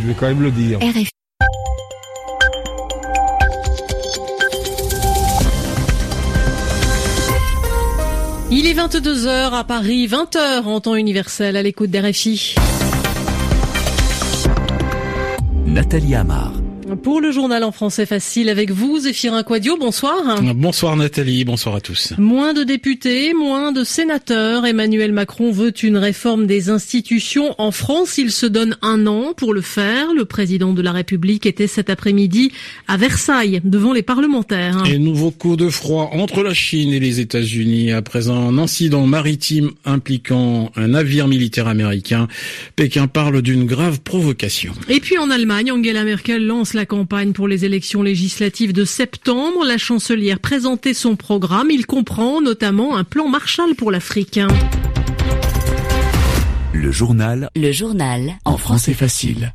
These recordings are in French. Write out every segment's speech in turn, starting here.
Je vais quand même le dire. RFI. Il est 22h à Paris, 20h en temps universel à l'écoute d'RFI. Nathalie Amar. Pour le journal en français facile avec vous, Zéphirin Quadio, bonsoir. Bonsoir Nathalie, bonsoir à tous. Moins de députés, moins de sénateurs. Emmanuel Macron veut une réforme des institutions en France. Il se donne 1 an pour le faire. Le président de la République était cet après-midi à Versailles, devant les parlementaires. Et nouveau coup de froid entre la Chine et les États-Unis. À présent, un incident maritime impliquant un navire militaire américain. Pékin parle d'une grave provocation. Et puis en Allemagne, Angela Merkel lance la campagne pour les élections législatives de septembre. La chancelière présentait son programme. Il comprend notamment un plan Marshall pour l'Afrique. Le journal en français facile.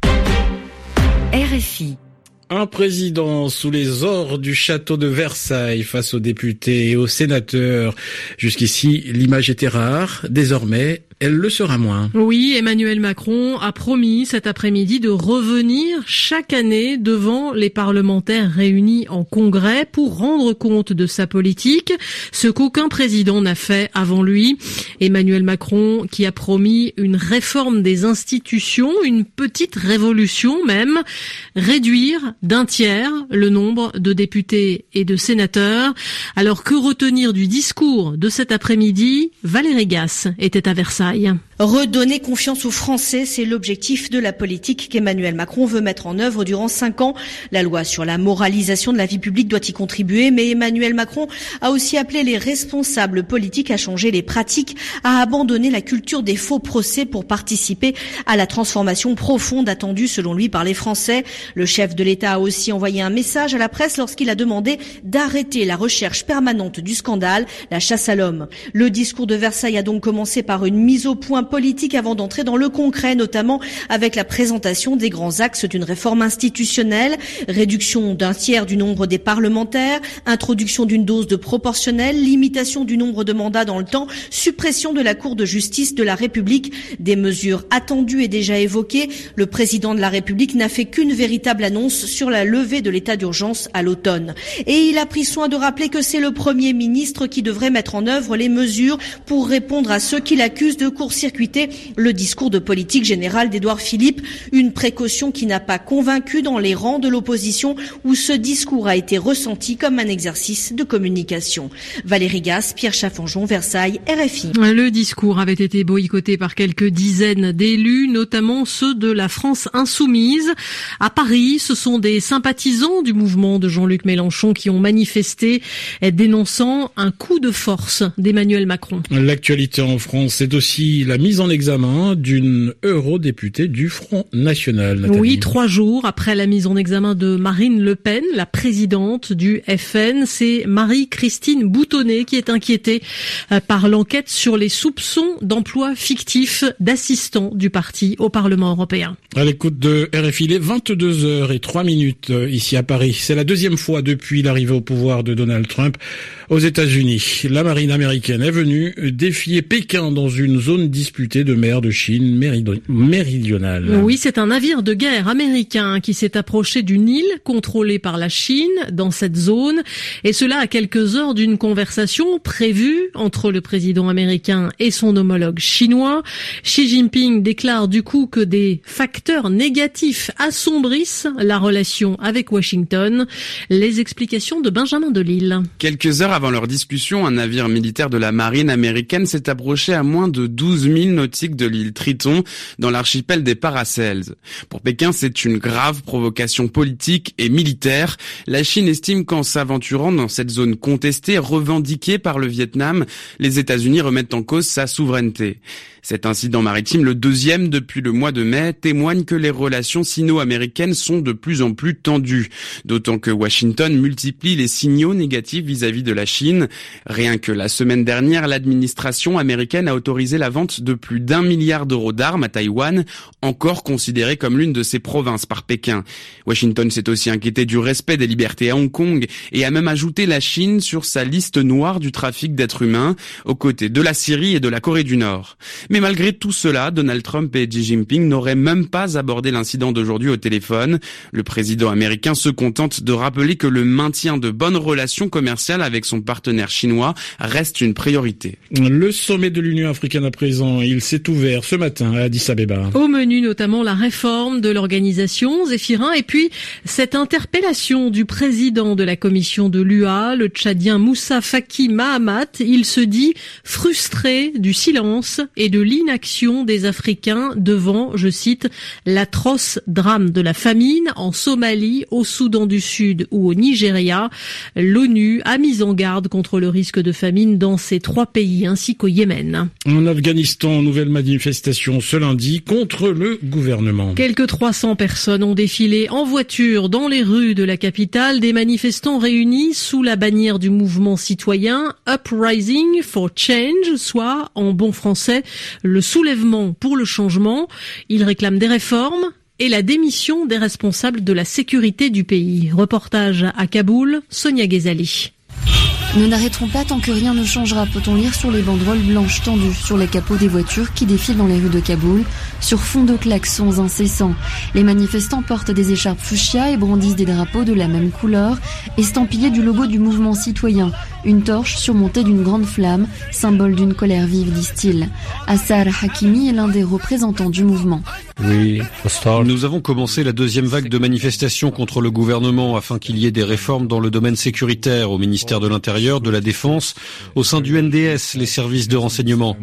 RFI. Un président sous les ors du château de Versailles face aux députés et aux sénateurs. Jusqu'ici, l'image était rare. Désormais, elle le sera moins. Oui, Emmanuel Macron a promis cet après-midi de revenir chaque année devant les parlementaires réunis en congrès pour rendre compte de sa politique, ce qu'aucun président n'a fait avant lui. Emmanuel Macron qui a promis une réforme des institutions, une petite révolution même, réduire d'1 tiers le nombre de députés et de sénateurs. Alors que retenir du discours de cet après-midi? Valérie Gasse était à Versailles. Redonner confiance aux Français, c'est l'objectif de la politique qu'Emmanuel Macron veut mettre en œuvre durant 5 ans. La loi sur la moralisation de la vie publique doit y contribuer, mais Emmanuel Macron a aussi appelé les responsables politiques à changer les pratiques, à abandonner la culture des faux procès pour participer à la transformation profonde attendue selon lui par les Français. Le chef de l'État a aussi envoyé un message à la presse lorsqu'il a demandé d'arrêter la recherche permanente du scandale, la chasse à l'homme. Le discours de Versailles a donc commencé par une mise au point politique avant d'entrer dans le concret, notamment avec la présentation des grands axes d'une réforme institutionnelle, réduction d'1 tiers du nombre des parlementaires, introduction d'une dose de proportionnel, limitation du nombre de mandats dans le temps, suppression de la Cour de justice de la République, des mesures attendues et déjà évoquées. Le président de la République n'a fait qu'une véritable annonce sur la levée de l'état d'urgence à l'automne. Et il a pris soin de rappeler que c'est le Premier ministre qui devrait mettre en œuvre les mesures pour répondre à ceux qui l'accusent de court-circuiter le discours de politique générale d'Édouard Philippe, une précaution qui n'a pas convaincu dans les rangs de l'opposition où ce discours a été ressenti comme un exercice de communication. Valérie Gasse, Pierre Chaffanjon, Versailles, RFI. Le discours avait été boycotté par quelques dizaines d'élus, notamment ceux de la France insoumise. À Paris, ce sont des sympathisants du mouvement de Jean-Luc Mélenchon qui ont manifesté, dénonçant un coup de force d'Emmanuel Macron. L'actualité en France, c'est aussi la mise en examen d'une eurodéputée du Front National. Nathalie. Oui, 3 jours après la mise en examen de Marine Le Pen, la présidente du FN, c'est Marie-Christine Boutonnet qui est inquiétée par l'enquête sur les soupçons d'emploi fictif d'assistants du parti au Parlement européen. À l'écoute de RFI, il est 22h03 ici à Paris. C'est la 2e fois depuis l'arrivée au pouvoir de Donald Trump aux États-Unis. La marine américaine est venue défier Pékin dans une zone disputée de mer de Chine méridionale. Oui, c'est un navire de guerre américain qui s'est approché d'une île contrôlée par la Chine dans cette zone, et cela à quelques heures d'une conversation prévue entre le président américain et son homologue chinois. Xi Jinping déclare du coup que des facteurs négatifs assombrissent la relation avec Washington. Les explications de Benjamin Delille. Quelques heures avant leur discussion, un navire militaire de la marine américaine s'est approché à moins de 12 000 nautiques de l'île Triton, dans l'archipel des Paracels. Pour Pékin, c'est une grave provocation politique et militaire. La Chine estime qu'en s'aventurant dans cette zone contestée, revendiquée par le Vietnam, les États-Unis remettent en cause sa souveraineté. Cet incident maritime, le 2e depuis le mois de mai, témoigne que les relations sino-américaines sont de plus en plus tendues. D'autant que Washington multiplie les signaux négatifs vis-à-vis de la Chine. Rien que la semaine dernière, l'administration américaine a autorisé la vente de peu plus d'1 milliard d'euros d'armes à Taïwan, encore considérée comme l'une de ses provinces par Pékin. Washington s'est aussi inquiété du respect des libertés à Hong Kong et a même ajouté la Chine sur sa liste noire du trafic d'êtres humains, aux côtés de la Syrie et de la Corée du Nord. Mais malgré tout cela, Donald Trump et Xi Jinping n'auraient même pas abordé l'incident d'aujourd'hui au téléphone. Le président américain se contente de rappeler que le maintien de bonnes relations commerciales avec son partenaire chinois reste une priorité. Le sommet de l'Union africaine à présent, il s'est ouvert ce matin à Addis Abeba. Au menu notamment la réforme de l'organisation, Zéphirin, et puis cette interpellation du président de la commission de l'UA, le Tchadien Moussa Faki Mahamat. Il se dit frustré du silence et de l'inaction des Africains devant, je cite, l'atroce drame de la famine en Somalie, au Soudan du Sud ou au Nigeria. L'ONU a mis en garde contre le risque de famine dans ces 3 pays ainsi qu'au Yémen. En Afghanistan, nouvelle manifestation ce lundi contre le gouvernement. Quelques 300 personnes ont défilé en voiture dans les rues de la capitale, des manifestants réunis sous la bannière du mouvement citoyen Uprising for Change, soit en bon français le soulèvement pour le changement. Ils réclament des réformes et la démission des responsables de la sécurité du pays. Reportage à Kaboul, Sonia Ghezali. Nous n'arrêterons pas tant que rien ne changera, peut-on lire sur les banderoles blanches tendues sur les capots des voitures qui défilent dans les rues de Kaboul, sur fond de klaxons incessants. Les manifestants portent des écharpes fuchsia et brandissent des drapeaux de la même couleur, estampillés du logo du mouvement citoyen, une torche surmontée d'une grande flamme, symbole d'une colère vive, disent-ils. Assar Hakimi est l'un des représentants du mouvement. Nous avons commencé la deuxième vague de manifestations contre le gouvernement afin qu'il y ait des réformes dans le domaine sécuritaire, au ministère de l'Intérieur, de la Défense, au sein du NDS, les services de renseignement.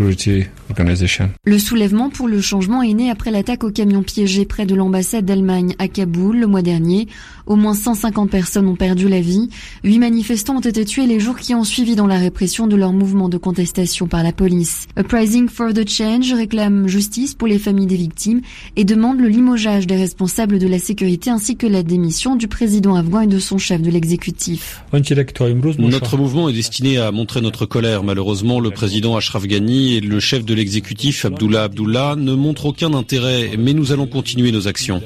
Le soulèvement pour le changement est né après l'attaque au camion piégé près de l'ambassade d'Allemagne à Kaboul le mois dernier. Au moins 150 personnes ont perdu la vie. 8 manifestants ont été tués les jours qui ont suivi dans la répression de leur mouvement de contestation par la police. Uprising for the Change réclame justice pour les familles des victimes et demande le limogeage des responsables de la sécurité ainsi que la démission du président afghan et de son chef de l'exécutif. Notre mouvement est destiné à montrer notre colère. Malheureusement, le président Ashraf Ghani et le chef de l'exécutif Abdullah Abdullah ne montrent aucun intérêt, mais nous allons continuer nos actions.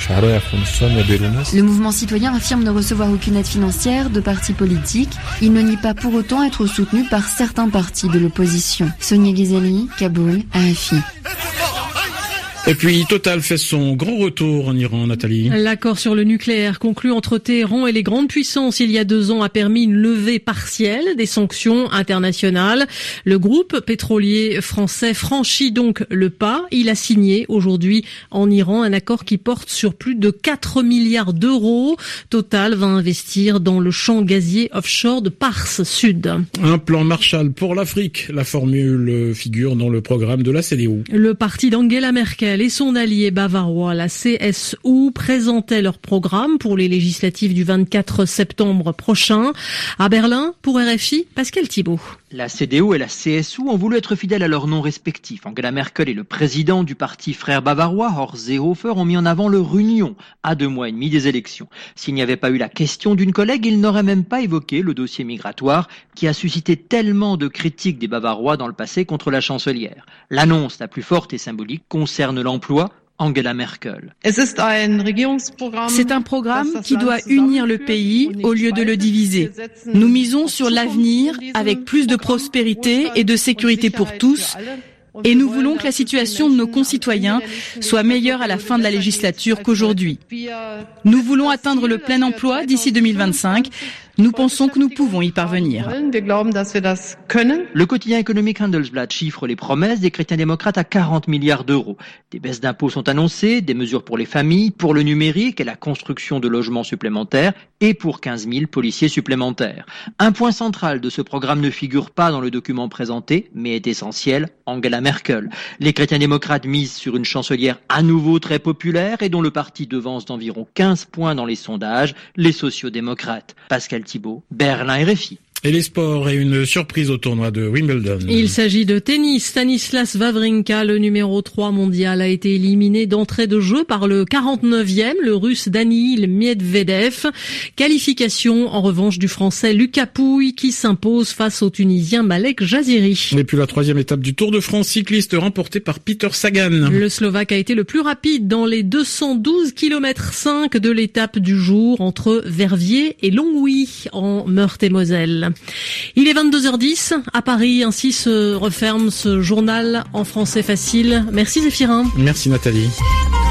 Le mouvement citoyen affirme ne recevoir aucune aide financière de partis politiques. Il ne nie pas pour autant être soutenu par certains partis de l'opposition. Sonia Ghezali, Kaboul, RFI. Et puis Total fait son grand retour en Iran, Nathalie. L'accord sur le nucléaire conclu entre Téhéran et les grandes puissances il y a 2 ans a permis une levée partielle des sanctions internationales. Le groupe pétrolier français franchit donc le pas. Il a signé aujourd'hui en Iran un accord qui porte sur plus de 4 milliards d'euros. Total va investir dans le champ gazier offshore de Pars Sud. Un plan Marshall pour l'Afrique. La formule figure dans le programme de la CDU. Le parti d'Angela Merkel et son allié bavarois, la CSU, présentaient leur programme pour les législatives du 24 septembre prochain. À Berlin, pour RFI, Pascal Thibault. La CDU et la CSU ont voulu être fidèles à leurs noms respectifs. Angela Merkel et le président du parti frère bavarois, Horst Seehofer, ont mis en avant leur union à 2 mois et demi des élections. S'il n'y avait pas eu la question d'une collègue, ils n'auraient même pas évoqué le dossier migratoire qui a suscité tellement de critiques des Bavarois dans le passé contre la chancelière. L'annonce la plus forte et symbolique concerne l'emploi. Angela Merkel. C'est un programme qui doit unir le pays au lieu de le diviser. Nous misons sur l'avenir avec plus de prospérité et de sécurité pour tous. Et nous voulons que la situation de nos concitoyens soit meilleure à la fin de la législature qu'aujourd'hui. Nous voulons atteindre le plein emploi d'ici 2025. Nous pensons que nous pouvons y parvenir. Le quotidien économique Handelsblatt chiffre les promesses des chrétiens démocrates à 40 milliards d'euros. Des baisses d'impôts sont annoncées, des mesures pour les familles, pour le numérique et la construction de logements supplémentaires et pour 15 000 policiers supplémentaires. Un point central de ce programme ne figure pas dans le document présenté, mais est essentiel, Angela Merkel. Les chrétiens démocrates misent sur une chancelière à nouveau très populaire et dont le parti devance d'environ 15 points dans les sondages, les sociaux-démocrates. Pascal Thibault, Berlin, RFI. Et les sports et une surprise au tournoi de Wimbledon. Il s'agit de tennis. Stanislas Wawrinka, le numéro 3 mondial, a été éliminé d'entrée de jeu par le 49e, le russe Daniil Medvedev. Qualification, en revanche, du français Lucas Pouille qui s'impose face au tunisien Malek Jaziri. Et puis la 3e étape du Tour de France cycliste remportée par Peter Sagan. Le Slovaque a été le plus rapide dans les 212 km 5 de l'étape du jour entre Verviers et Longwy en Meurthe-et-Moselle. Il est 22h10 à Paris, ainsi se referme ce journal en français facile. Merci Zéphirin. Merci Nathalie.